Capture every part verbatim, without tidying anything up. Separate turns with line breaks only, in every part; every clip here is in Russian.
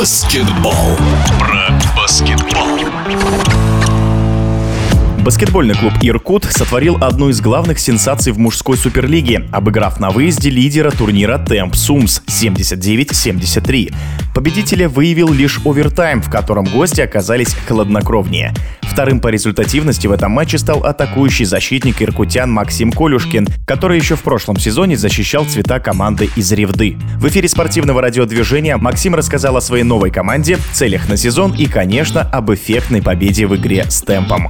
баскетбол. Про баскетбол.
Баскетбольный клуб «Иркут» сотворил одну из главных сенсаций в мужской суперлиге, обыграв на выезде лидера турнира «Темп Сумс» семьдесят девять семьдесят три. Победителя выявил лишь овертайм, в котором гости оказались хладнокровнее. Вторым по результативности в этом матче стал атакующий защитник иркутян Максим Колюшкин, который еще в прошлом сезоне защищал цвета команды из Ревды. В эфире спортивного радиодвижения Максим рассказал о своей новой команде, целях на сезон и, конечно, об эффектной победе в игре с Темпом.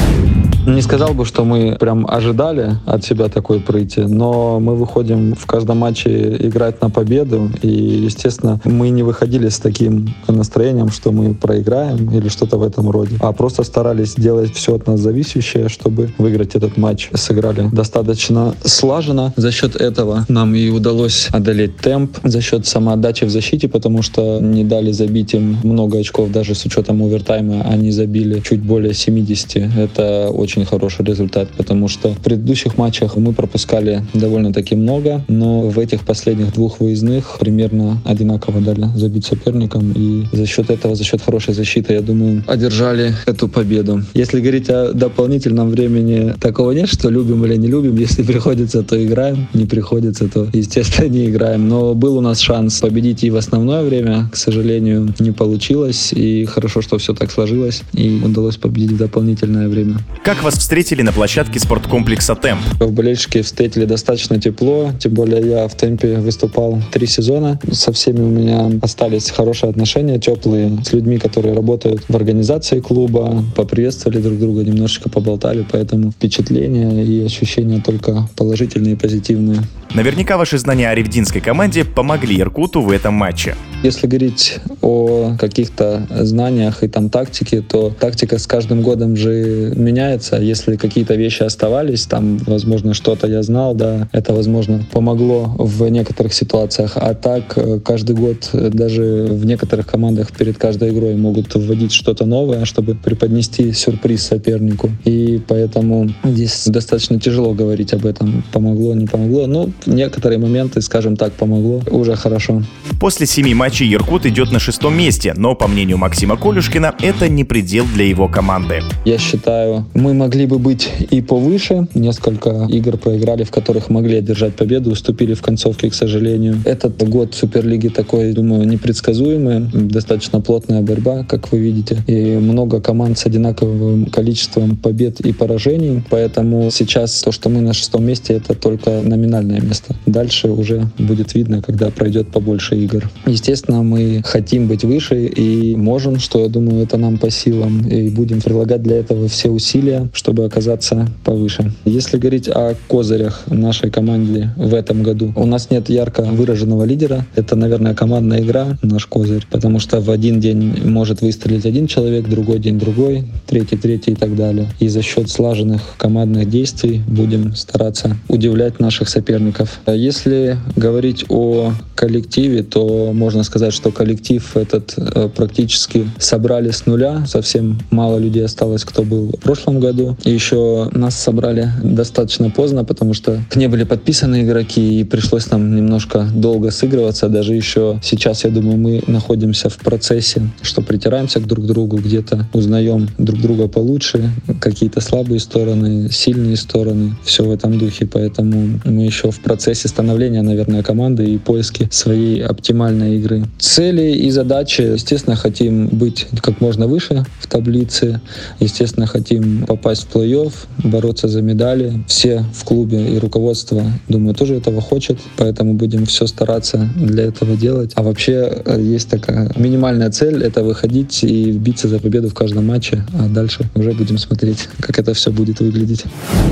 Не сказал бы, что мы прям ожидали от себя такой прыти, но мы выходим в каждом матче играть на победу, и, естественно, мы не выходили с таким настроением, что мы проиграем или что-то в этом роде, а просто старались делать все от нас зависящее, чтобы выиграть этот матч. Сыграли достаточно слаженно. За счет этого нам и удалось одолеть Темп, за счет самоотдачи в защите, потому что не дали забить им много очков, даже с учетом овертайма они забили чуть более семьдесят. Это очень Очень хороший результат, потому что в предыдущих матчах мы пропускали довольно-таки много, но в этих последних двух выездных примерно одинаково дали забить соперникам, и за счет этого, за счет хорошей защиты, я думаю, одержали эту победу. Если говорить о дополнительном времени, такого нет, что любим или не любим. Если приходится, то играем, не приходится, то, естественно, не играем. Но был у нас шанс победить и в основное время, к сожалению, не получилось, и хорошо, что все так сложилось, и удалось победить в дополнительное время.
Как вас встретили на площадке спорткомплекса «Темп»?
Болельщики встретили достаточно тепло, тем более я в «Темпе» выступал три сезона. Со всеми у меня остались хорошие отношения, теплые, с людьми, которые работают в организации клуба. Поприветствовали друг друга, немножечко поболтали, поэтому впечатления и ощущения только положительные и позитивные.
Наверняка ваши знания о ревдинской команде помогли «Иркуту» в этом матче.
Если говорить о каких-то знаниях и там тактике, то тактика с каждым годом же меняется. Если какие-то вещи оставались, там, возможно, что-то я знал, да, это, возможно, помогло в некоторых ситуациях. А так, каждый год даже в некоторых командах перед каждой игрой могут вводить что-то новое, чтобы преподнести сюрприз сопернику. И поэтому здесь достаточно тяжело говорить об этом, помогло, не помогло. Но некоторые моменты, скажем так, помогло, уже хорошо.
После семи матчей «Иркут» идет на шестом месте, но, по мнению Максима Колюшкина, это не предел для его команды.
Я считаю, мы могли бы быть и повыше. Несколько игр проиграли, в которых могли одержать победу, уступили в концовке, к сожалению. Этот год Суперлиги такой, думаю, непредсказуемый. Достаточно плотная борьба, как вы видите. И много команд с одинаковым количеством побед и поражений. Поэтому сейчас то, что мы на шестом месте, это только номинальное место. Дальше уже будет видно, когда пройдет побольше игр. Естественно, мы хотим быть выше и можем, что, я думаю, это нам по силам. И будем прилагать для этого все усилия, чтобы оказаться повыше. Если говорить о козырях нашей команды в этом году, у нас нет ярко выраженного лидера. Это, наверное, командная игра, наш козырь, потому что в один день может выстрелить один человек, другой день другой, третий, третий и так далее. И за счет слаженных командных действий будем стараться удивлять наших соперников. Если говорить о коллективе, то можно сказать, что коллектив этот практически собрали с нуля. Совсем мало людей осталось, кто был в прошлом году. И еще нас собрали достаточно поздно, потому что не были подписаны игроки, и пришлось нам немножко долго сыгрываться. Даже еще сейчас, я думаю, мы находимся в процессе, что притираемся к друг другу, где-то узнаем друг друга получше, какие-то слабые стороны, сильные стороны, все в этом духе. Поэтому мы еще в процессе становления, наверное, команды и поиски своей оптимальной игры. Цели и задачи, естественно, хотим быть как можно выше в таблице, естественно, хотим попасть в плей-офф, бороться за медали. Все в клубе и руководство, думаю, тоже этого хочет, поэтому будем все стараться для этого делать. А вообще есть такая минимальная цель — это выходить и биться за победу в каждом матче, а дальше уже будем смотреть, как это все будет выглядеть.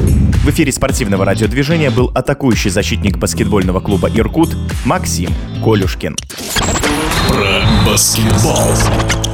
В эфире спортивного радиодвижения был атакующий защитник баскетбольного клуба «Иркут» Максим Колюшкин.
Про баскетбол.